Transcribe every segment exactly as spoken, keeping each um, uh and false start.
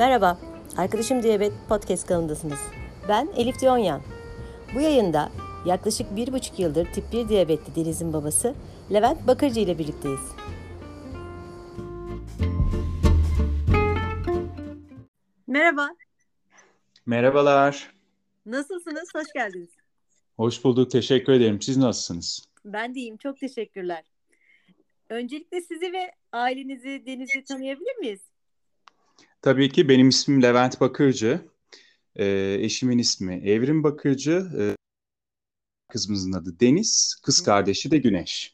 Merhaba, Arkadaşım Diyabet Podcast kanalındasınız. Ben Elif Diyonyan. Bu yayında yaklaşık bir buçuk yıldır tip bir diyabetli Deniz'in babası Levent Bakırcı ile birlikteyiz. Merhaba, Merhabalar. nasılsınız? Hoş geldiniz. Hoş bulduk. Teşekkür ederim. Siz nasılsınız? Ben de iyiyim, çok teşekkürler. Öncelikle sizi ve ailenizi, Deniz'i tanıyabilir miyiz? Tabii ki benim ismim Levent Bakırcı. Ee, eşimin ismi Evrim Bakırcı. Ee, kızımızın adı Deniz. Kız kardeşi de Güneş.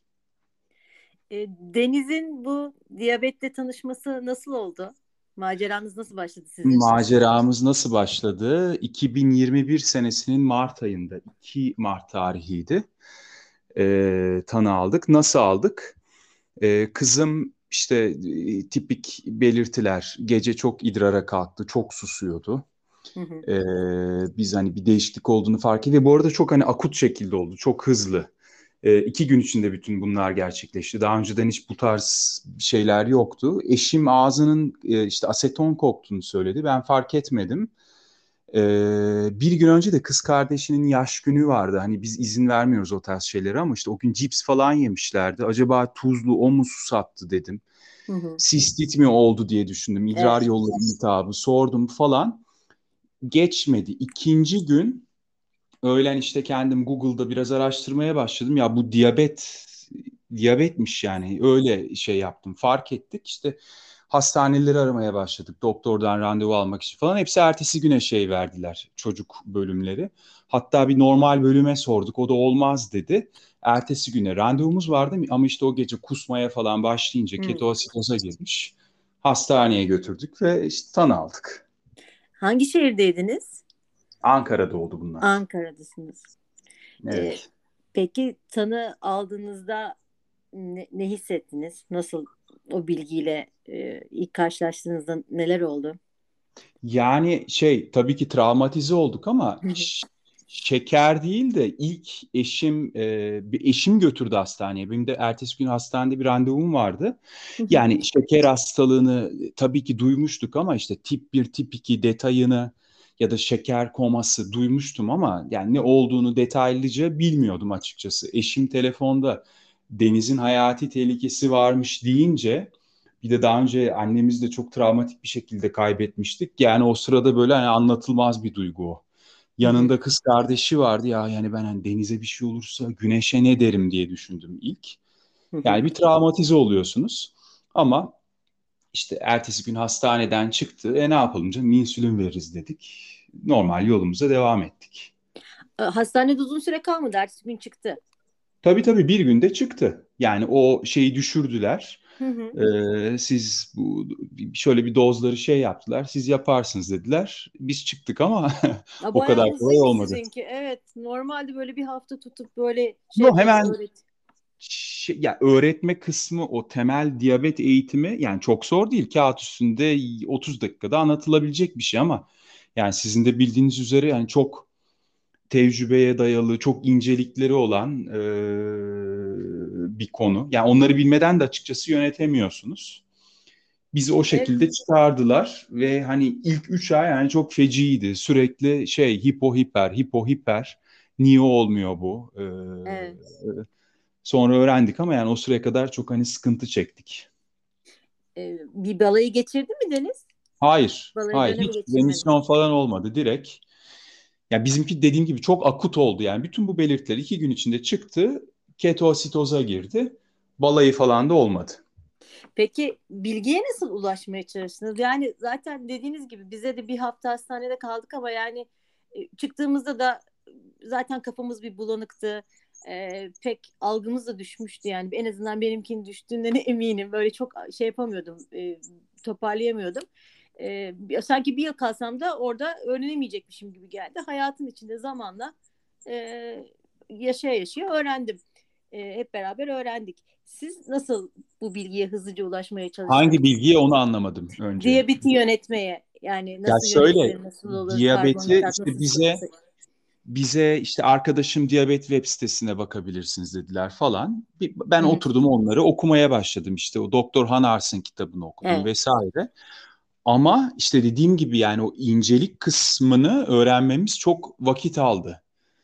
E, Deniz'in bu diyabetle tanışması nasıl oldu? Maceranız nasıl başladı sizin? Maceramız nasıl başladı? iki bin yirmi bir senesinin Mart ayında, iki Mart tarihiydi. Ee, tanı aldık. Nasıl aldık? Ee, kızım işte e, tipik belirtiler. Gece çok idrara kalktı, çok susuyordu. Hı hı. Ee, biz hani bir değişiklik olduğunu fark ettik. Ve bu arada çok hani akut şekilde oldu. Çok hızlı. Ee, iki gün içinde bütün bunlar gerçekleşti. Daha önceden hiç bu tarz şeyler yoktu. Eşim ağzının e, işte aseton koktuğunu söyledi. Ben fark etmedim. Ee, bir gün önce de kız kardeşinin yaş günü vardı. Hani biz izin vermiyoruz o tarz şeylere ama işte o gün cips falan yemişlerdi. Acaba tuzlu o mu susattı dedim. Hı hı. Sistit mi oldu diye düşündüm. İdrar Evet. yolları iltihabı sordum falan. Geçmedi. İkinci gün öğlen işte kendim Google'da biraz araştırmaya başladım. Ya bu diyabet, diyabetmiş yani. Öyle şey yaptım. Fark ettik. İşte hastaneleri aramaya başladık. Doktordan randevu almak için falan. Hepsi ertesi güne şey verdiler. Çocuk bölümleri. Hatta bir normal bölüme sorduk. O da olmaz dedi. Ertesi güne randevumuz vardı ama işte o gece kusmaya falan başlayınca Hı. ketoasitoza girmiş. Hastaneye götürdük ve işte tanı aldık. Hangi şehirdeydiniz? Ankara'da oldu bunlar. Ankara'dasınız. Ee, Evet. peki tanı aldığınızda ne, ne hissettiniz? Nasıl o bilgiyle e, ilk karşılaştığınızda neler oldu? Yani şey tabii ki travmatize olduk ama Hı hı. ş- şeker değil de ilk eşim e, bir eşim götürdü hastaneye. Benim de ertesi gün hastanede bir randevum vardı. Hı hı. Yani şeker hastalığını e, tabii ki duymuştuk ama işte tip bir tip iki detayını ya da şeker koması duymuştum ama yani ne olduğunu detaylıca bilmiyordum açıkçası. Eşim telefonda Deniz'in hayati tehlikesi varmış deyince bir de daha önce annemizi de çok travmatik bir şekilde kaybetmiştik. Yani o sırada böyle hani anlatılmaz bir duygu o. Hı hı. Yanında kız kardeşi vardı ya yani ben hani Deniz'e bir şey olursa Güneş'e ne derim diye düşündüm ilk. Hı hı. Yani bir travmatize oluyorsunuz. Ama işte ertesi gün hastaneden çıktı. E ne yapalım canım insülin veririz dedik. Normal yolumuza devam ettik. E, Hastanede uzun süre kalmadı. Ertesi gün çıktı. Tabii tabii bir günde çıktı. Yani o şeyi düşürdüler. Hı hı. Ee, siz bu şöyle bir dozları şey yaptılar. Siz yaparsınız dediler. Biz çıktık ama Ya o kadar bayağı kolay hızlıymış olmadı. sizinki. Evet. Normalde böyle bir hafta tutup böyle şey Yok yapıyorlar. hemen Öğret. şey, ya öğretme kısmı o temel diyabet eğitimi yani çok zor değil. Kağıt üstünde otuz dakikada anlatılabilecek bir şey ama yani sizin de bildiğiniz üzere yani çok tecrübeye dayalı, çok incelikleri olan e, bir konu. Yani onları bilmeden de açıkçası yönetemiyorsunuz. Bizi o Evet. şekilde çıkardılar ve hani ilk üç ay yani çok feciydi. Sürekli şey hipo hiper, hipo hiper. Niye olmuyor bu? Ee, Evet. sonra öğrendik ama yani o süreye kadar çok hani sıkıntı çektik. E, bir balayı geçirdi mi Deniz? Hayır, Balayı hayır dönemi hiç geçirmedi. remisyon falan olmadı direkt. Ya bizimki dediğim gibi çok akut oldu yani. Bütün bu belirtiler iki gün içinde çıktı. Ketositoza girdi. Balayı falan da olmadı. Peki bilgiye nasıl ulaşmaya çalıştınız? Yani zaten dediğiniz gibi bize de bir hafta hastanede kaldık ama yani e, çıktığımızda da zaten kafamız bir bulanıktı. E, pek algımız da düşmüştü yani. En azından benimkinin düştüğünden eminim. Böyle çok şey yapamıyordum, e, toparlayamıyordum. E, sanki bir yıl kalsam da orada öğrenemeyecekmişim gibi geldi. Hayatın içinde zamanla e, yaşaya yaşaya öğrendim. E, hep beraber öğrendik. Siz nasıl bu bilgiye hızlıca ulaşmaya Hangi çalıştınız? bilgiyi onu anlamadım önce. Diyabeti yönetmeye yani Ya nasıl şöyle yönetilir, nasıl olur, diyabeti karbonhidrat işte nasıl bize sıvısı? bize işte arkadaşım diyabet web sitesine bakabilirsiniz dediler falan. Bir- Ben Hı hı. oturdum onları okumaya başladım işte o Doktor Hanars'ın kitabını okudum Evet. vesaire. Ama işte dediğim gibi yani o incelik kısmını öğrenmemiz çok vakit aldı.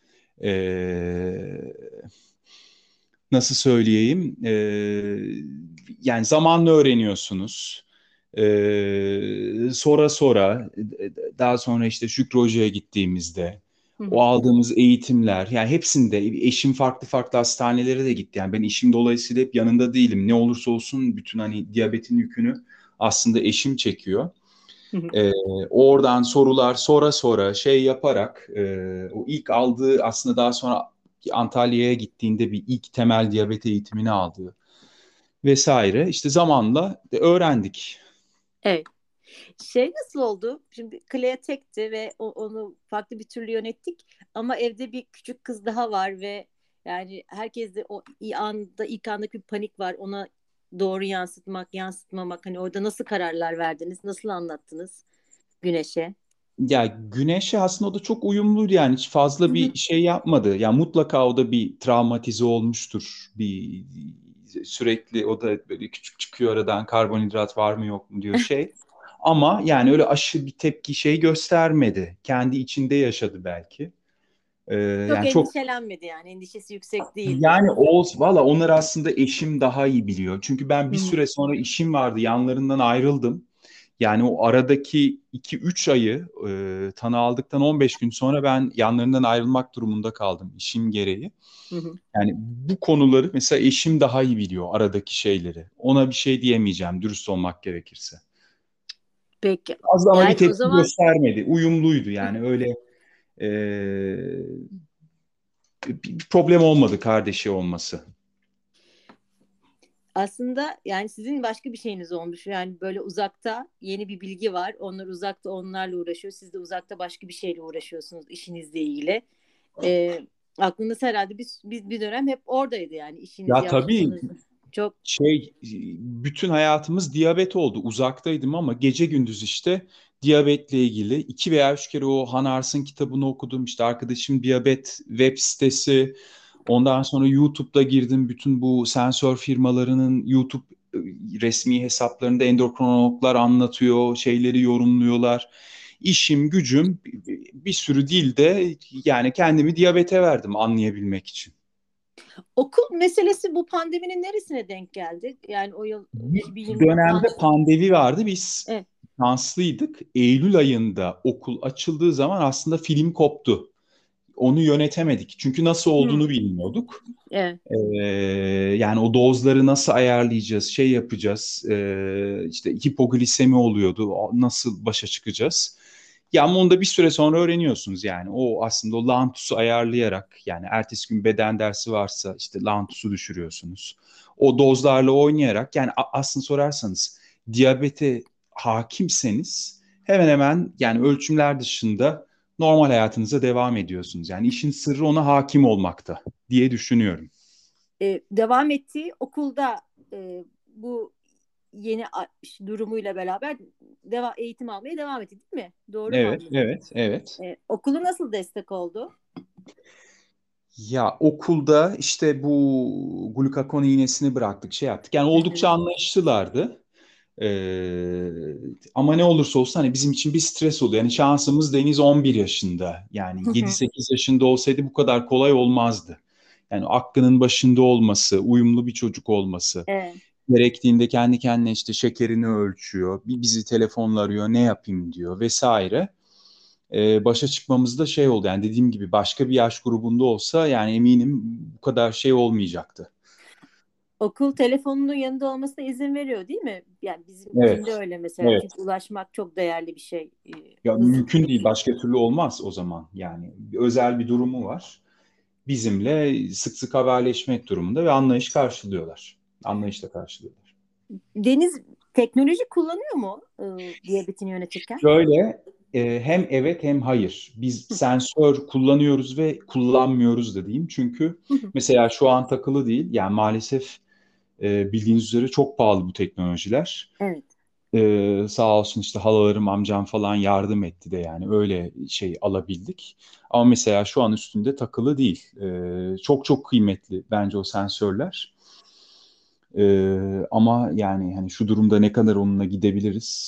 Ee, Nasıl söyleyeyim? Ee, yani zamanla öğreniyorsunuz. Ee, sonra sonra daha sonra işte Şükrü Hoca'ya gittiğimizde Hı o hı. aldığımız eğitimler yani hepsinde eşim farklı farklı hastanelere de gitti. Yani ben işim dolayısıyla hep yanında değilim. Ne olursa olsun bütün hani diyabetin yükünü aslında eşim çekiyor. Hı hı. Ee, Oradan sorular sonra sonra şey yaparak e, o ilk aldığı aslında daha sonra Antalya'ya gittiğinde bir ilk temel diyabet eğitimini aldı vesaire. İşte zamanla de öğrendik. Evet. Şey nasıl oldu? Şimdi Clea tekti ve o- onu farklı bir türlü yönettik. Ama evde bir küçük kız daha var ve yani herkeste o iyi anda ilk andaki bir panik var. Ona doğru yansıtmak, yansıtmamak. Hani orada nasıl kararlar verdiniz? Nasıl anlattınız Güneş'e? Ya Güneş'e aslında o da çok uyumluydu yani hiç fazla Hı hı. bir şey yapmadı. Ya mutlaka o da bir travmatize olmuştur. Bir sürekli o da böyle küçük çıkıyor aradan karbonhidrat var mı yok mu diyor şey. Ama yani öyle aşırı bir tepki şey göstermedi. Kendi içinde yaşadı belki. Ee, Çok yani çok endişelenmedi yani. Endişesi yüksek değildi. yani o valla onları aslında eşim daha iyi biliyor. Çünkü ben Hı bir hı. süre sonra işim vardı yanlarından ayrıldım. Yani o aradaki iki üç ayı e, tanı aldıktan on beş gün sonra ben yanlarından ayrılmak durumunda kaldım işim gereği. Hı hı. Yani bu konuları mesela eşim daha iyi biliyor aradaki şeyleri. Ona bir şey diyemeyeceğim dürüst olmak gerekirse. Peki. Az ama bir Yani o tepki zaman göstermedi. Uyumluydu yani öyle e, bir problem olmadı kardeşi olması. aslında yani sizin başka bir şeyiniz olmuş. Yani böyle uzakta yeni bir bilgi var. Onlar uzakta onlarla uğraşıyor. Siz de uzakta başka bir şeyle uğraşıyorsunuz işinizle ilgili. Ee, aklınız herhalde biz, biz bir dönem hep oradaydı yani işinizi Ya tabii yaptığınız. Çok. şey bütün hayatımız diyabet oldu. Uzaktaydım ama gece gündüz işte diyabetle ilgili iki veya üç kere o Han Ars'ın kitabını okudum. İşte arkadaşım diyabet web sitesi. Ondan sonra YouTube'da girdim. Bütün bu sensör firmalarının YouTube e, resmi hesaplarında endokrinologlar anlatıyor, şeyleri yorumluyorlar. İşim, gücüm bir sürü dilde yani kendimi diyabete verdim anlayabilmek için. Okul meselesi bu pandeminin neresine denk geldi? Yani o yıl Bir iki bin yirmi dönemde pan pandemi vardı. Biz evet. şanslıydık. Eylül ayında okul açıldığı zaman aslında film koptu. Onu yönetemedik. Çünkü nasıl olduğunu Hmm, bilmiyorduk. evet. Ee, Yani o dozları nasıl ayarlayacağız, şey yapacağız. Ee, işte hipoglisemi oluyordu. O nasıl başa çıkacağız? Ya ama onu da bir süre sonra öğreniyorsunuz yani. O aslında o Lantus'u ayarlayarak yani ertesi gün beden dersi varsa işte Lantus'u düşürüyorsunuz. O dozlarla oynayarak yani a- aslında sorarsanız diyabete hakimseniz hemen hemen yani ölçümler dışında normal hayatınıza devam ediyorsunuz. Yani işin sırrı ona hakim olmakta diye düşünüyorum. Ee, devam ettiği okulda e, bu yeni a- durumuyla beraber deva eğitim almaya devam etti değil mi? Doğru mu Evet, anladım? evet, evet. Ee, okulu nasıl destek oldu? Ya okulda işte bu glukagon iğnesini bıraktık, şey yaptık. Yani Hı oldukça hı. anlayışlılardı. Ee, Ama ne olursa olsun hani bizim için bir stres oluyor. Yani şansımız Deniz on bir yaşında. Yani Hı yedi hı. sekiz yaşında olsaydı bu kadar kolay olmazdı. Yani aklının başında olması, uyumlu bir çocuk olması, Evet. gerektiğinde kendi kendine işte şekerini ölçüyor, bir bizi telefonla arıyor, ne yapayım diyor vesaire. Ee, başa çıkmamızda şey oldu yani dediğim gibi başka bir yaş grubunda olsa yani eminim bu kadar şey olmayacaktı. Okul telefonunun yanında olmasına izin veriyor değil mi? Yani Evet, bizimkinde öyle mesela. evet. Çünkü ulaşmak çok değerli bir şey. Ee, Ya hızlı mümkün değil, gerekiyor. başka türlü olmaz o zaman yani. Bir özel bir durumu var. Bizimle sık sık haberleşmek durumunda ve anlayış karşılıyorlar. Anlayışla karşılıyorlar. Deniz teknoloji kullanıyor mu e, diyabetini yönetirken? Şöyle e, hem evet hem hayır. Biz Hı sensör kullanıyoruz ve kullanmıyoruz da diyeyim. Çünkü hı hı. mesela şu an takılı değil. Yani maalesef e, bildiğiniz üzere çok pahalı bu teknolojiler. Evet. E, sağ olsun işte halalarım, amcam falan yardım etti de yani öyle şey alabildik. Ama mesela şu an üstünde takılı değil. E, çok çok kıymetli bence o sensörler. E, Ama yani hani şu durumda ne kadar onunla gidebiliriz?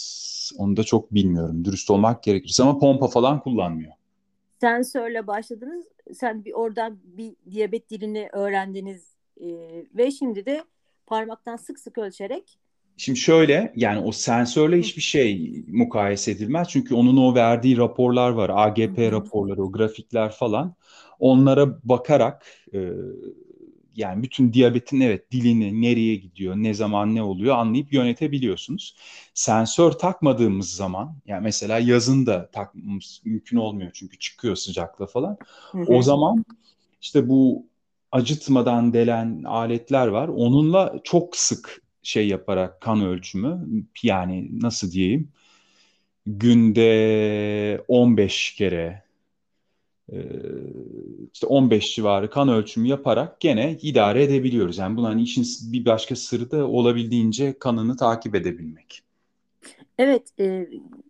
biraz. Onu da çok bilmiyorum. Dürüst olmak gerekirse ama pompa falan kullanmıyor. Sensörle başladınız. Sen bir oradan bir diyabet dilini öğrendiniz. Ee, ve şimdi de parmaktan sık sık ölçerek. Şimdi şöyle yani o sensörle Hı hiçbir şey mukayese edilmez. Çünkü onun o verdiği raporlar var. hı. A G P Hı. raporları, o grafikler falan. Onlara bakarak e, yani bütün diyabetin evet dilini nereye gidiyor, ne zaman ne oluyor anlayıp yönetebiliyorsunuz. Sensör takmadığımız zaman yani mesela yazın da takmamız mümkün olmuyor çünkü çıkıyor sıcakla falan. Hı O hı. zaman işte bu acıtmadan delen aletler var. Onunla çok sık şey yaparak kan ölçümü yani nasıl diyeyim günde on beş kere e, işte on beş civarı kan ölçümü yaparak gene idare edebiliyoruz. Yani bunun hani işin bir başka sırrı da olabildiğince kanını takip edebilmek. Evet, e,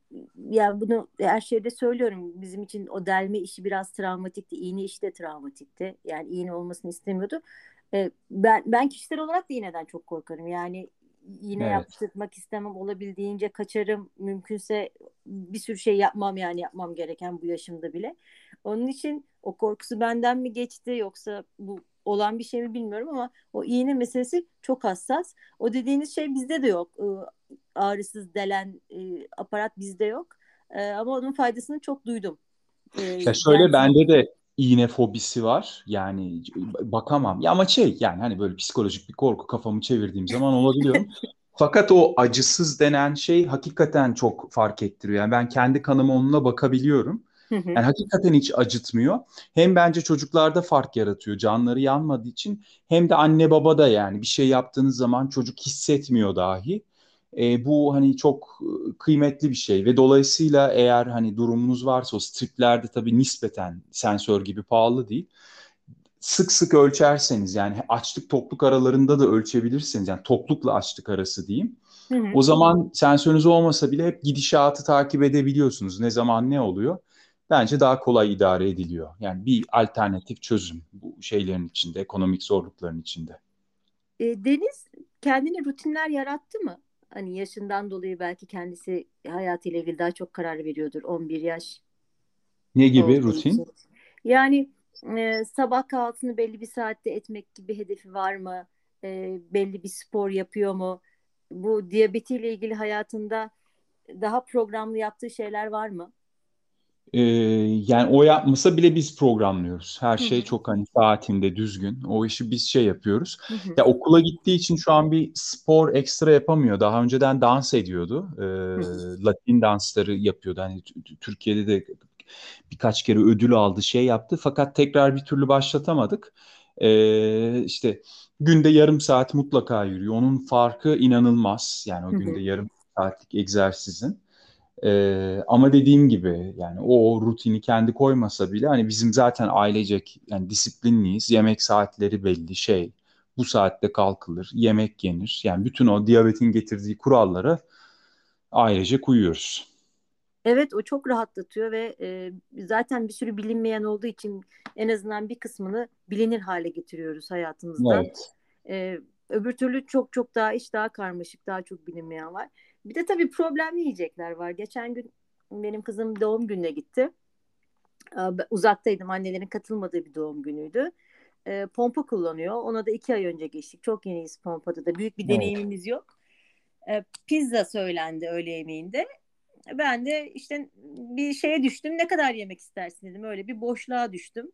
yani bunu her şeyde söylüyorum. Bizim için o delme işi biraz travmatikti. İğne işi de travmatikti. Yani iğne olmasını istemiyordu. E, ben ben kişisel olarak da iğneden çok korkarım. Yani iğne Evet. yaptırmak istemem. Olabildiğince kaçarım. Mümkünse bir sürü şey yapmam, yani yapmam gereken bu yaşımda bile. Onun için o korkusu benden mi geçti yoksa bu olan bir şey mi bilmiyorum ama o iğne meselesi çok hassas. O dediğiniz şey bizde de yok. E, ağrısız delen e, aparat bizde yok. E, ama onun faydasını çok duydum. E, Ya yani şöyle bende de iğne fobisi var. Yani bakamam. Ya ama şey yani hani böyle psikolojik bir korku kafamı çevirdiğim zaman olabiliyorum. Fakat o acısız denen şey hakikaten çok fark ettiriyor. Yani ben kendi kanıma onunla bakabiliyorum. Hı hı, Yani hakikaten hiç acıtmıyor. Hem bence çocuklarda fark yaratıyor. Canları yanmadığı için. Hem de anne baba da yani bir şey yaptığınız zaman çocuk hissetmiyor dahi. E, bu hani çok e, kıymetli bir şey ve dolayısıyla eğer hani durumunuz varsa o striplerde tabii nispeten sensör gibi pahalı değil. Sık sık ölçerseniz yani açlık tokluk aralarında da ölçebilirsiniz. Yani toklukla açlık arası diyeyim. hı hı. O zaman sensörünüz olmasa bile hep gidişatı takip edebiliyorsunuz. Ne zaman ne oluyor? Bence daha kolay idare ediliyor. Yani bir alternatif çözüm bu şeylerin içinde, ekonomik zorlukların içinde. E, Deniz kendine rutinler yarattı mı? Hani yaşından dolayı belki kendisi hayatıyla ilgili daha çok karar veriyordur. on bir yaş Ne gibi olduğu rutin? için. Yani e, sabah kahvaltısını belli bir saatte etmek gibi hedefi var mı? E, belli bir spor yapıyor mu? Bu diyabetiyle ilgili hayatında daha programlı yaptığı şeyler var mı? Ee, yani o yapmasa bile biz programlıyoruz. Her Hı şey hı. çok hani saatinde düzgün. O işi biz şey yapıyoruz. Hı hı. Ya okula gittiği için şu an bir spor ekstra yapamıyor. Daha önceden dans ediyordu. Hı hı. Ee, Latin dansları yapıyordu. Hani T- T- Türkiye'de de birkaç kere ödül aldı, şey yaptı. Fakat tekrar bir türlü başlatamadık. Ee, işte günde yarım saat mutlaka yürüyor. Onun farkı inanılmaz. Yani Hı o günde hı. yarım saatlik egzersizin. Ee, ama dediğim gibi yani o rutini kendi koymasa bile hani bizim zaten ailecek yani disiplinliyiz. Yemek saatleri belli şey. Bu saatte kalkılır, yemek yenir. Yani bütün o diyabetin getirdiği kurallara ailecek uyuyoruz. Evet, o çok rahatlatıyor ve e, zaten bir sürü bilinmeyen olduğu için en azından bir kısmını bilinir hale getiriyoruz hayatımızda. Evet. E, Öbür türlü çok çok daha iş daha karmaşık, daha çok bilinmeyen var. Bir de tabii problemli yiyecekler var. Geçen gün benim kızım doğum gününe gitti. E, ben uzaktaydım, annelerin katılmadığı bir doğum günüydü. E, pompa kullanıyor. Ona da iki ay önce geçtik. Çok yeniyiz pompada da. Büyük bir Evet. deneyimimiz yok. E, pizza söylendi öğle yemeğinde. Ben de işte bir şeye düştüm. Ne kadar yemek istersin dedim. Öyle bir boşluğa düştüm.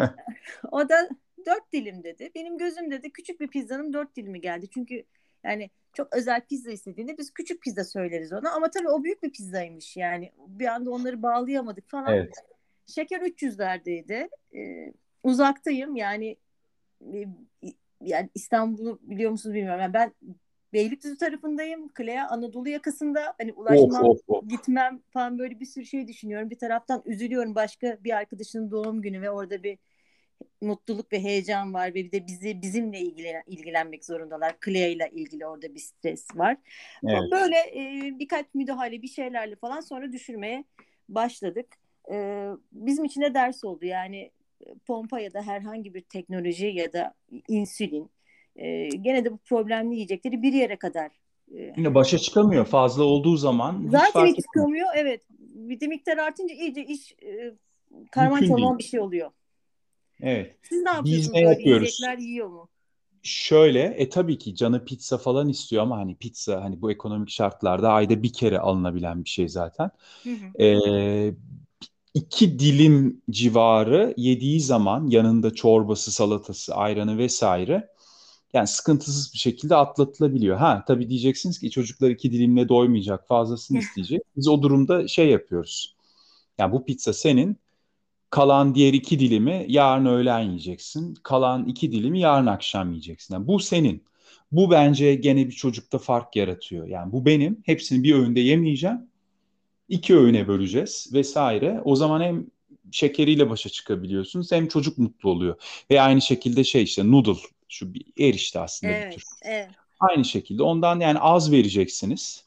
O da dört dilim dedi. Benim gözümde de küçük bir pizzanın dört dilimi geldi. Çünkü yani çok özel pizza istediğinde biz küçük pizza söyleriz ona. Ama tabii o büyük bir pizzaymış yani. Bir anda onları bağlayamadık falan. Evet. Şeker üç yüzlerdeydi. Ee, uzaktayım yani, e, yani İstanbul'u biliyor musunuz bilmiyorum. Yani ben Beylikdüzü tarafındayım. Klea Anadolu yakasında. Hani Of ulaşmam, of of. gitmem falan, böyle bir sürü şey düşünüyorum. Bir taraftan üzülüyorum. Başka bir arkadaşının doğum günü ve orada bir mutluluk ve heyecan var ve bir de bizi bizimle ilgilen, ilgilenmek zorundalar. Klea ile ilgili orada bir stres var. Ama Evet. böyle e, birkaç müdahale bir şeylerle falan sonra düşürmeye başladık. E, bizim için de ders oldu. Yani pompa ya da herhangi bir teknoloji ya da insülin, e, gene de bu problemli yiyecekleri bir yere kadar E, Yine başa çıkamıyor. Fazla olduğu zaman hiç zaten fark hiç etmiyor. çıkamıyor. Evet. Bir de miktar artınca iyice iş e, karman Mümkün değil. çorman bir şey oluyor. Evet. Siz ne Biz yapıyorsunuz ne böyle? yapıyoruz? Yiyecekler yiyor mu? Şöyle, e tabii ki canı pizza falan istiyor ama hani pizza hani bu ekonomik şartlarda ayda bir kere alınabilen bir şey zaten. Hı hı. Ee, iki dilim civarı yediği zaman yanında çorbası, salatası, ayranı vesaire yani sıkıntısız bir şekilde atlatılabiliyor. Ha tabii diyeceksiniz ki çocuklar iki dilimle doymayacak, fazlasını isteyecek. Biz o durumda şey yapıyoruz. Yani bu pizza senin, kalan diğer iki dilimi yarın öğlen yiyeceksin. Kalan iki dilimi yarın akşam yiyeceksin. Yani bu senin. Bu bence gene bir çocukta fark yaratıyor. Yani bu benim. Hepsini bir öğünde yemeyeceğim. İki öğüne böleceğiz vesaire. O zaman hem şekeriyle başa çıkabiliyorsunuz hem çocuk mutlu oluyor. Ve aynı şekilde şey işte noodle şu bir erişte aslında bir Evet, tür. evet. Aynı şekilde ondan yani az vereceksiniz.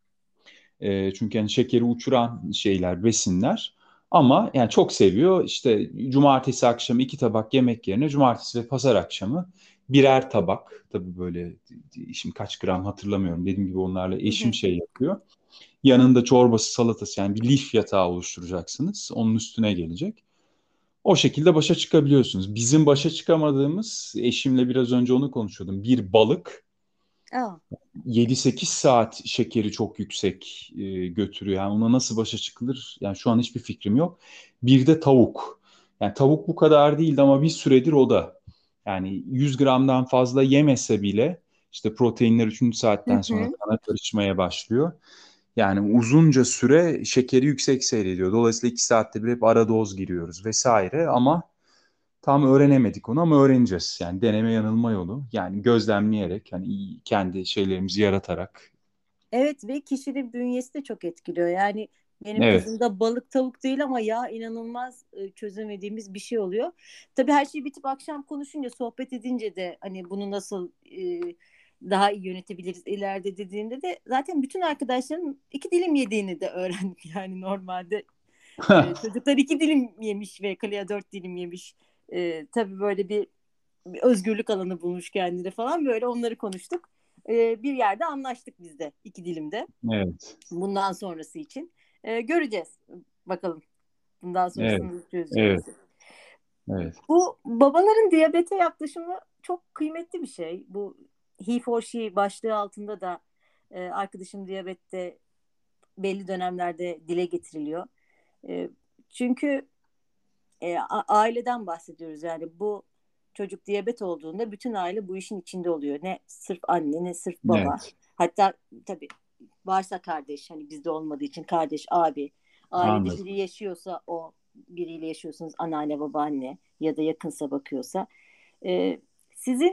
E, çünkü yani şekeri uçuran şeyler, besinler. Ama yani çok seviyor. İşte cumartesi akşamı iki tabak yemek yerine cumartesi ve pazar akşamı birer tabak. Tabii böyle şimdi kaç gram hatırlamıyorum. Dediğim gibi onlarla Hı eşim hı. şey yapıyor. Yanında çorbası, salatası yani bir lif yatağı oluşturacaksınız. Onun üstüne gelecek. O şekilde başa çıkabiliyorsunuz. Bizim başa çıkamadığımız, eşimle biraz önce onu konuşuyordum. Bir balık Aa, yedi sekiz saat şekeri çok yüksek e, götürüyor. Yani ona nasıl başa çıkılır? Yani şu an hiçbir fikrim yok. Bir de tavuk. Yani tavuk bu kadar değildi ama bir süredir o da. Yani yüz gramdan fazla yemese bile işte proteinler üçüncü hı saatten sonra hı. kana karışmaya başlıyor. Yani uzunca süre şekeri yüksek seyrediyor. Dolayısıyla iki saatte bir hep ara doz giriyoruz vesaire ama tam öğrenemedik onu ama öğreneceğiz. Yani deneme yanılma yolu. Yani gözlemleyerek, hani iyi- kendi şeylerimizi yaratarak. Evet ve kişinin bünyesi de çok etkiliyor. Yani benim Evet. kızımda balık tavuk değil ama ya inanılmaz e, çözemediğimiz bir şey oluyor. Tabii her şey bitip akşam konuşunca, sohbet edince de hani bunu nasıl e, daha iyi yönetebiliriz ileride dediğinde de zaten bütün arkadaşlarım iki dilim yediğini de öğrendim. Yani normalde e, çocuklar iki dilim yemiş ve Kalia dört dilim yemiş. E, tabii böyle bir bir özgürlük alanı bulmuş kendine falan, böyle onları konuştuk. Ee, bir yerde anlaştık biz de iki dilimde Evet. bundan sonrası için. Ee, göreceğiz bakalım bundan Evet. sonrasını nasıl Evet. çözeceğimizi. Evet. Bu babaların diyabete yaklaşımı çok kıymetli bir şey. Bu he for she başlığı altında da e, arkadaşım diyabette belli dönemlerde dile getiriliyor. E, çünkü e, a- aileden bahsediyoruz. Yani bu çocuk diyabet olduğunda bütün aile bu işin içinde oluyor. Ne sırf anne ne sırf baba. Evet. Hatta tabii varsa kardeş, hani bizde olmadığı için kardeş, abi. Ailede Anladım. biri yaşıyorsa, o biriyle yaşıyorsunuz, anneanne babaanne ya da yakınsa bakıyorsa. E, sizin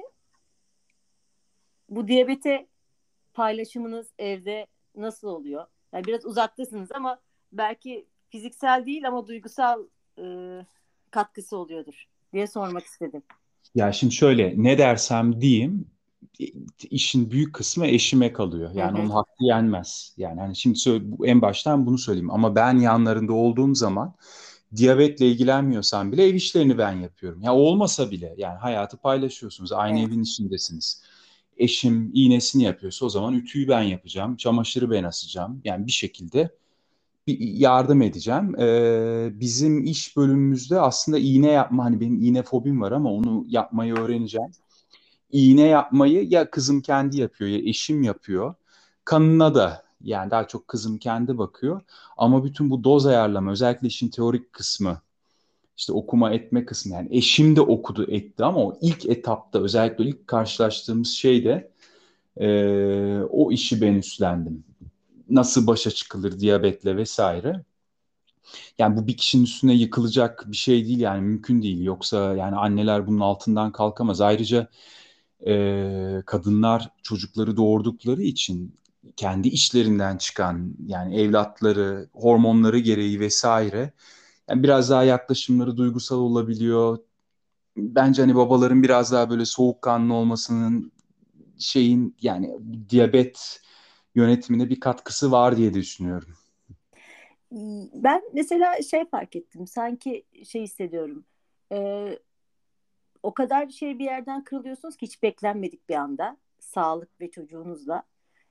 bu diyabete paylaşımınız evde nasıl oluyor? Yani biraz uzaktasınız ama belki fiziksel değil ama duygusal e, katkısı oluyordur diye sormak istedim. Ya şimdi şöyle ne dersem diyeyim işin büyük kısmı eşime kalıyor. Hı Yani hı. onun hakkı yenmez. Yani hani şimdi söyle, en baştan bunu söyleyeyim ama ben yanlarında olduğum zaman diyabetle ilgilenmiyorsam bile ev işlerini ben yapıyorum. Ya olmasa bile yani hayatı paylaşıyorsunuz. Aynı Evet. evin içindesiniz. Eşim iğnesini yapıyorsa o zaman ütüyü ben yapacağım. Çamaşırı ben asacağım. Yani bir şekilde bir yardım edeceğim. Ee, bizim iş bölümümüzde aslında iğne yapma hani benim iğne fobim var ama onu yapmayı öğreneceğim. İğne yapmayı ya kızım kendi yapıyor ya eşim yapıyor. Kanına da yani daha çok kızım kendi bakıyor. Ama bütün bu doz ayarlama özellikle işin teorik kısmı işte okuma etme kısmı yani eşim de okudu etti ama o ilk etapta özellikle ilk karşılaştığımız şeyde e, o işi ben üstlendim. Nasıl başa çıkılır diyabetle vesaire. Yani bu bir kişinin üstüne yıkılacak bir şey değil yani mümkün değil. Yoksa yani anneler bunun altından kalkamaz. Ayrıca e, kadınlar çocukları doğurdukları için kendi içlerinden çıkan yani evlatları, hormonları gereği vesaire yani biraz daha yaklaşımları duygusal olabiliyor. Bence hani babaların biraz daha böyle soğukkanlı olmasının şeyin yani diyabet yönetimine bir katkısı var diye düşünüyorum. Ben mesela şey fark ettim. Sanki şey hissediyorum. Ee, o kadar şey bir yerden kırılıyorsunuz ki hiç beklenmedik bir anda. Sağlık ve çocuğunuzla.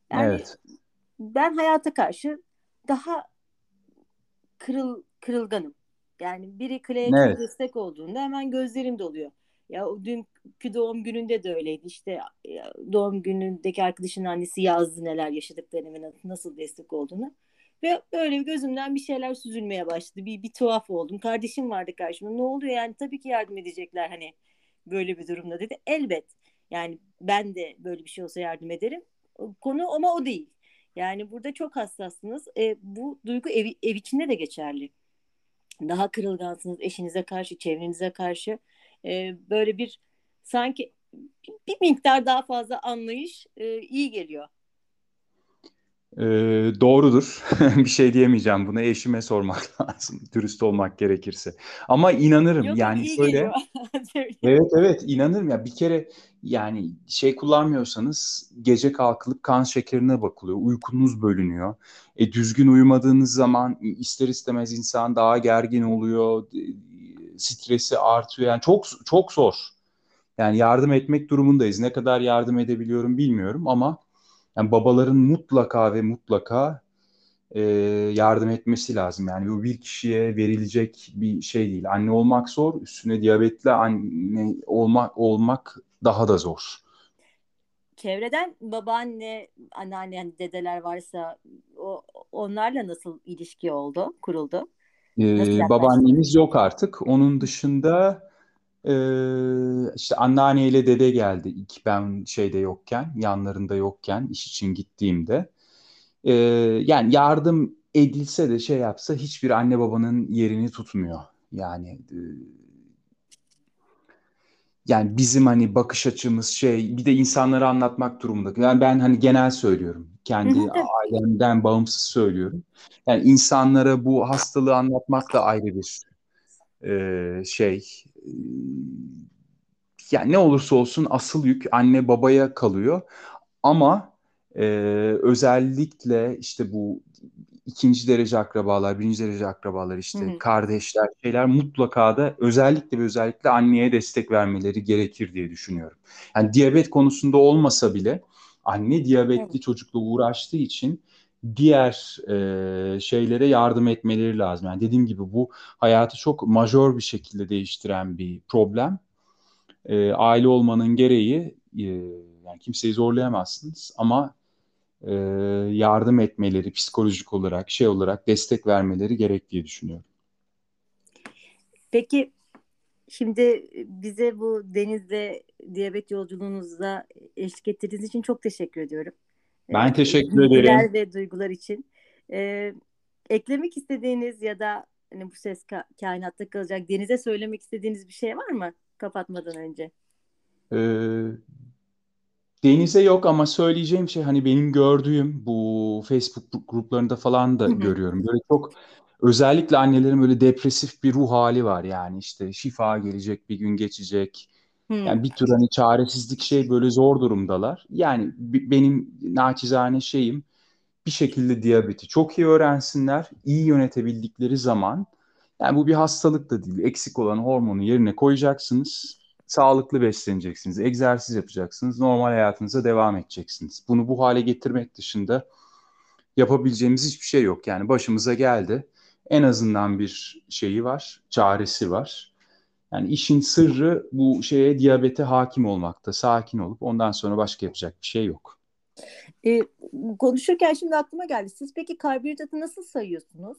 Yani Evet. ben hayata karşı daha kırıl kırılganım. Yani biri Clay çok Evet. destek olduğunda hemen gözlerim doluyor. Ya o dünkü doğum gününde de öyleydi. İşte ya, doğum günündeki arkadaşın annesi yazdı neler yaşadıklarını ve nasıl destek olduğunu. Ve böyle gözümden bir şeyler süzülmeye başladı. Bir, bir tuhaf oldum. Kardeşim vardı karşımda. Ne oluyor yani? Tabii ki yardım edecekler hani böyle bir durumda dedi. Elbet. Yani ben de böyle bir şey olsa yardım ederim. Konu ama o değil. Yani burada çok hassassınız. E, bu duygu ev, ev içinde de geçerli. Daha kırılgansınız eşinize karşı, çevrenize karşı. E, böyle bir sanki bir miktar daha fazla anlayış e, iyi geliyor. Ee, doğrudur. Bir şey diyemeyeceğim buna. Eşime sormak lazım. Dürüst olmak gerekirse. Ama inanırım. Yok yok Yani iyi şöyle. geliyor. Söyleyeyim. Evet, evet, inanırım ya, bir kere yani şey kullanmıyorsanız gece kalkılıp kan şekerine bakılıyor. Uykunuz bölünüyor. E, düzgün uyumadığınız zaman ister istemez insan daha gergin oluyor. e, Stresi artıyor. Yani çok çok zor. Yani yardım etmek durumundayız. Ne kadar yardım edebiliyorum bilmiyorum ama yani babaların mutlaka ve mutlaka e, yardım etmesi lazım. Yani bu bir kişiye verilecek bir şey değil. Anne olmak zor, üstüne diyabetli anne olmak olmak daha da zor. Çevreden babaanne, anneanne, yani dedeler varsa o onlarla nasıl ilişki oldu, kuruldu? Nasıl E, yaklaştılar? babaannemiz yok artık. Onun dışında e, işte anneanneyle dede geldi. İlk ben şeyde yokken, yanlarında yokken, iş için gittiğimde. E, Yani yardım edilse de şey yapsa hiçbir anne babanın yerini tutmuyor. Yani e, Yani bizim hani bakış açımız şey, bir de insanlara anlatmak durumunda. Yani ben hani genel söylüyorum. Hı hı, Kendi tabii. ailemden bağımsız söylüyorum. Yani insanlara bu hastalığı anlatmak da ayrı bir e, şey. E, Yani ne olursa olsun asıl yük anne babaya kalıyor. Ama e, özellikle işte bu ikinci derece akrabalar, birinci derece akrabalar, Hı işte hı. kardeşler, şeyler mutlaka da özellikle ve özellikle anneye destek vermeleri gerekir diye düşünüyorum. Yani diyabet konusunda olmasa bile anne Evet. diyabetli çocukla uğraştığı için diğer e, şeylere yardım etmeleri lazım. Yani dediğim gibi bu hayatı çok majör bir şekilde değiştiren bir problem. E, aile olmanın gereği, e, yani kimseyi zorlayamazsınız ama e, yardım etmeleri, psikolojik olarak, şey olarak destek vermeleri gerek diye düşünüyorum. Peki şimdi bize bu denizde diyabet yolculuğunuzda eşlik ettiğiniz için çok teşekkür ediyorum. Ben Ee, teşekkür ederim. bilgiler ve duygular için. Ee, eklemek istediğiniz ya da hani bu ses ka- kainatta kalacak denize söylemek istediğiniz bir şey var mı kapatmadan önce? E, Denize yok ama söyleyeceğim şey, hani benim gördüğüm bu Facebook gruplarında falan da Hı hı. görüyorum. Böyle çok, özellikle annelerin böyle depresif bir ruh hali var. Yani işte şifa gelecek, bir gün geçecek. Hı. Yani bir tür hani çaresizlik, şey, böyle zor durumdalar. Yani bi- benim naçizane şeyim, bir şekilde diyabeti çok iyi öğrensinler, iyi yönetebildikleri zaman, yani bu bir hastalık da değil, eksik olan hormonu yerine koyacaksınız, sağlıklı besleneceksiniz, egzersiz yapacaksınız, normal hayatınıza devam edeceksiniz. Bunu bu hale getirmek dışında yapabileceğimiz hiçbir şey yok. Yani başımıza geldi, en azından bir şeyi var, çaresi var. Yani işin sırrı bu şeye, diyabete hakim olmakta, sakin olup ondan sonra başka yapacak bir şey yok. Ee, konuşurken şimdi aklıma geldi. Siz peki karbonhidratı nasıl sayıyorsunuz?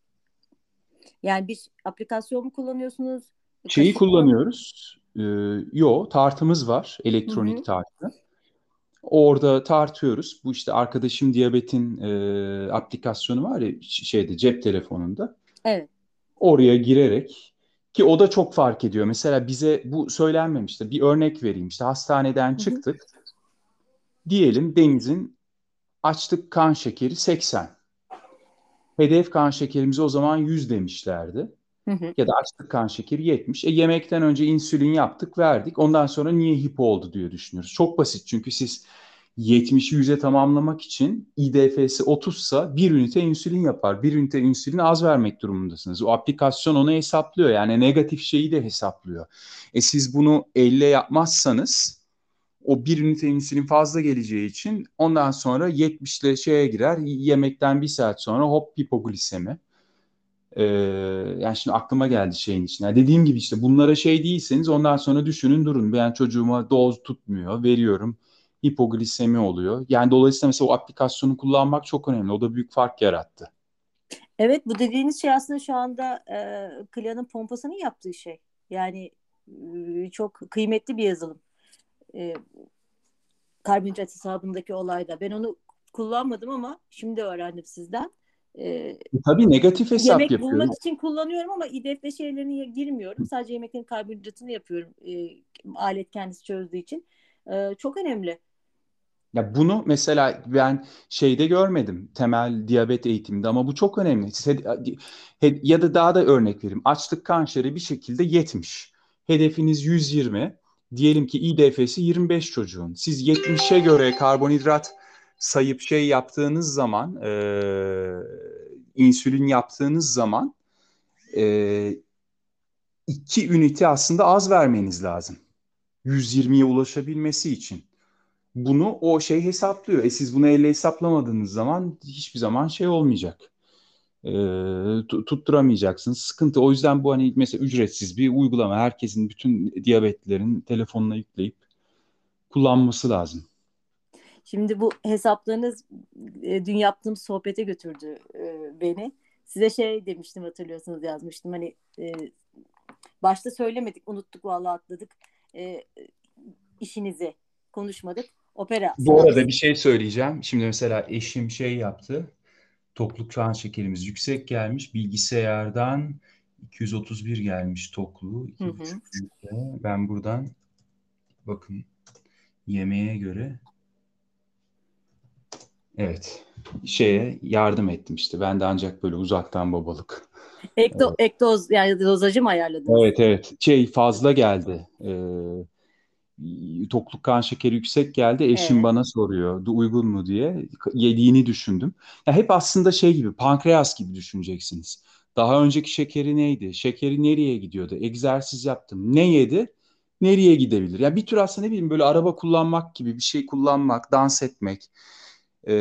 Yani bir aplikasyon mu kullanıyorsunuz? Şeyi Kaşık mı? kullanıyoruz. E, yo, tartımız var, Hı elektronik hı. tartı. Orada tartıyoruz. Bu işte arkadaşım diyabetin e, aplikasyonu var ya, ş- şeyde, cep telefonunda. Evet. Oraya girerek, ki o da çok fark ediyor. Mesela bize bu söylenmemişti. Bir örnek vereyim. İşte hastaneden Hı hı. çıktık. Diyelim Deniz'in açlık kan şekeri seksen. Hedef kan şekerimize o zaman yüz demişlerdi. Hı hı. Ya da açlık kan şekeri yetmiş. E, yemekten önce insülin yaptık, verdik. Ondan sonra niye hipo oldu diye düşünüyoruz. Çok basit, çünkü siz yetmişi yüze tamamlamak için I D F'si otuz ise bir ünite insülin yapar. Bir ünite insülin az vermek durumundasınız. O aplikasyon onu hesaplıyor. Yani negatif şeyi de hesaplıyor. E siz bunu elle yapmazsanız O bir ünite insülin fazla geleceği için ondan sonra yetmişle şeye girer. Yemekten bir saat sonra hop hipoglisemi. Ee, Yani şimdi aklıma geldi şeyin içine. Yani dediğim gibi işte bunlara şey değilseniz ondan sonra düşünün durun. Ben çocuğuma doz tutmuyor, veriyorum. Hipoglisemi oluyor. Yani dolayısıyla mesela o aplikasyonu kullanmak çok önemli. O da büyük fark yarattı. Evet, bu dediğiniz şey aslında şu anda e, Clia'nın pompasının yaptığı şey. Yani e, çok kıymetli bir yazılım. E, Karbonhidrat hesabındaki olayda. Ben onu kullanmadım ama şimdi öğrendim sizden. E, E, tabii negatif hesap Yemek yapıyor. bulmak için kullanıyorum ama İ D F şeylerine girmiyorum. Sadece yemeklerin karbonhidratını yapıyorum. E, alet kendisi çözdüğü için. E, çok önemli. Ya bunu mesela ben şeyde görmedim temel diyabet eğitiminde ama bu çok önemli. Siz- he- Ya da daha da örnek vereyim. Açlık kanşeri bir şekilde yetmiş. Hedefiniz yüz yirmi. Diyelim ki İ D F'si yirmi beş çocuğun. Siz yetmişe göre karbonhidrat sayıp şey yaptığınız zaman e, insülin yaptığınız zaman e, iki ünite aslında az vermeniz lazım. yüz yirmiye ulaşabilmesi için. Bunu o şey hesaplıyor. E siz bunu elle hesaplamadığınız zaman hiçbir zaman şey olmayacak. E, tu- Tutturamayacaksınız. Sıkıntı. O yüzden bu hani mesela ücretsiz bir uygulama. Herkesin bütün diyabetlerin telefonuna yükleyip kullanması lazım. Şimdi bu hesaplarınız e, dün yaptığım sohbete götürdü e, beni. Size şey demiştim, hatırlıyorsunuz, yazmıştım. Hani e, başta söylemedik, unuttuk, vallahi atladık. E, işinizi konuşmadık. Opera Bu arada sanatçısı. bir şey söyleyeceğim. Şimdi mesela eşim şey yaptı. Tokluk kan şekerimiz yüksek gelmiş. Bilgisayardan iki yüz otuz bir gelmiş tokluğu. Hı iki buçuk hı. litre. Ben buradan bakın yemeğe göre evet şeye yardım ettim işte. Ben de ancak böyle uzaktan babalık. Ekto, ektoz yani dozajı mı ayarladınız? Evet evet şey fazla geldi. Tokluk kan şekeri yüksek geldi. Eşim E, bana soruyor "Du- uygun mu diye. Yediğini düşündüm. Ya hep aslında şey gibi pankreas gibi düşüneceksiniz. Daha önceki şekeri neydi? Şekeri nereye gidiyordu? Egzersiz yaptım. Ne yedi? Nereye gidebilir? Ya bir tür aslında ne bileyim böyle araba kullanmak gibi bir şey kullanmak, dans etmek. Ee,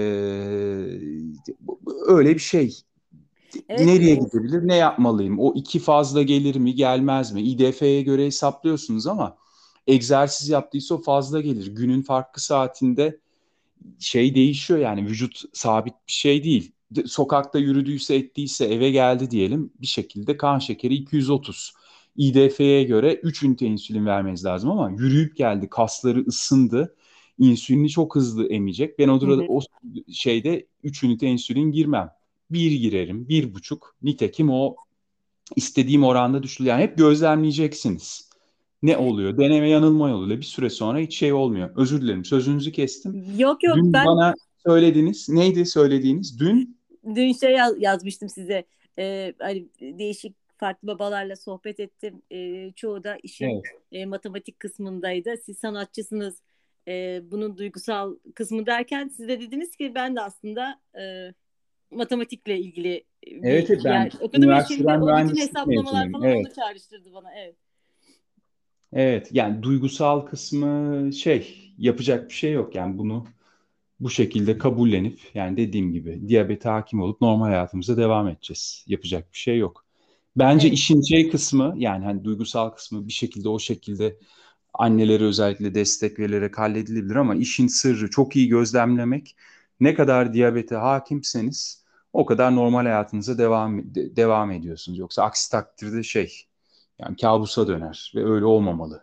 Öyle bir şey. evet, Nereye e, gidebilir? Ne yapmalıyım? O iki fazla gelir mi, gelmez mi? İ D F'ye göre hesaplıyorsunuz ama egzersiz yaptıysa o fazla gelir. Günün farklı saatinde şey değişiyor yani vücut sabit bir şey değil. De- Sokakta yürüdüyse ettiyse eve geldi diyelim bir şekilde kan şekeri iki yüz otuz. İ D F'ye göre üç ünite insülin vermeniz lazım ama yürüyüp geldi kasları ısındı. İnsülini çok hızlı emecek. Ben o, hı durada, hı. o şeyde üç ünite insülin girmem. Bir girerim, bir buçuk. Nitekim o istediğim oranda düşürülüyor. Yani hep gözlemleyeceksiniz. Ne oluyor? Deneme yanılma yoluyla bir süre sonra hiç şey olmuyor. Özür dilerim sözünüzü kestim. Yok yok, Dün ben bana söylediniz. Neydi söylediğiniz? Dün dün şey yaz- yazmıştım size. E, hani değişik farklı babalarla sohbet ettim. E, çoğu da işin evet. e, matematik kısmındaydı. Siz sanatçısınız. E, bunun duygusal kısmı derken siz de dediniz ki ben de aslında e, matematikle ilgili Evet, bir evet, ben yer okudum ve şimdi üniversiteden o bütün mühendislik hesaplamalar mezunuyum. falan Evet. onu çağrıştırdı bana. Evet. Evet. Yani duygusal kısmı şey yapacak bir şey yok. Yani bunu bu şekilde kabullenip yani dediğim gibi diyabete hakim olup normal hayatımıza devam edeceğiz. Yapacak bir şey yok. Bence Evet. işin şey kısmı yani hani duygusal kısmı bir şekilde o şekilde annelere özellikle destek verilerek halledilebilir ama işin sırrı çok iyi gözlemlemek. Ne kadar diyabete hakimseniz o kadar normal hayatınıza devam de- devam ediyorsunuz. Yoksa aksi takdirde şey yani kabusa döner ve öyle olmamalı.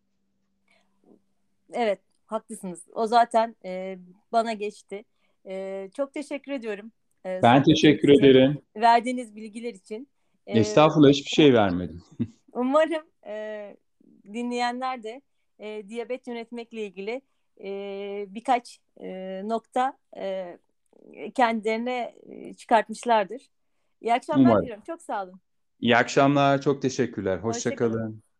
Evet, haklısınız. O zaten e, bana geçti. E, çok teşekkür ediyorum e, Ben sohbetiniz teşekkür için, ederim. verdiğiniz bilgiler için. E, Estağfurullah hiçbir şey vermedim. umarım e, dinleyenler de e, diyabet yönetmekle ilgili e, birkaç e, nokta e, kendilerine e, çıkartmışlardır. İyi akşamlar Umarım. diliyorum. Çok sağ olun. İyi akşamlar, çok teşekkürler. Hoşça Hoşça kalın. kalın.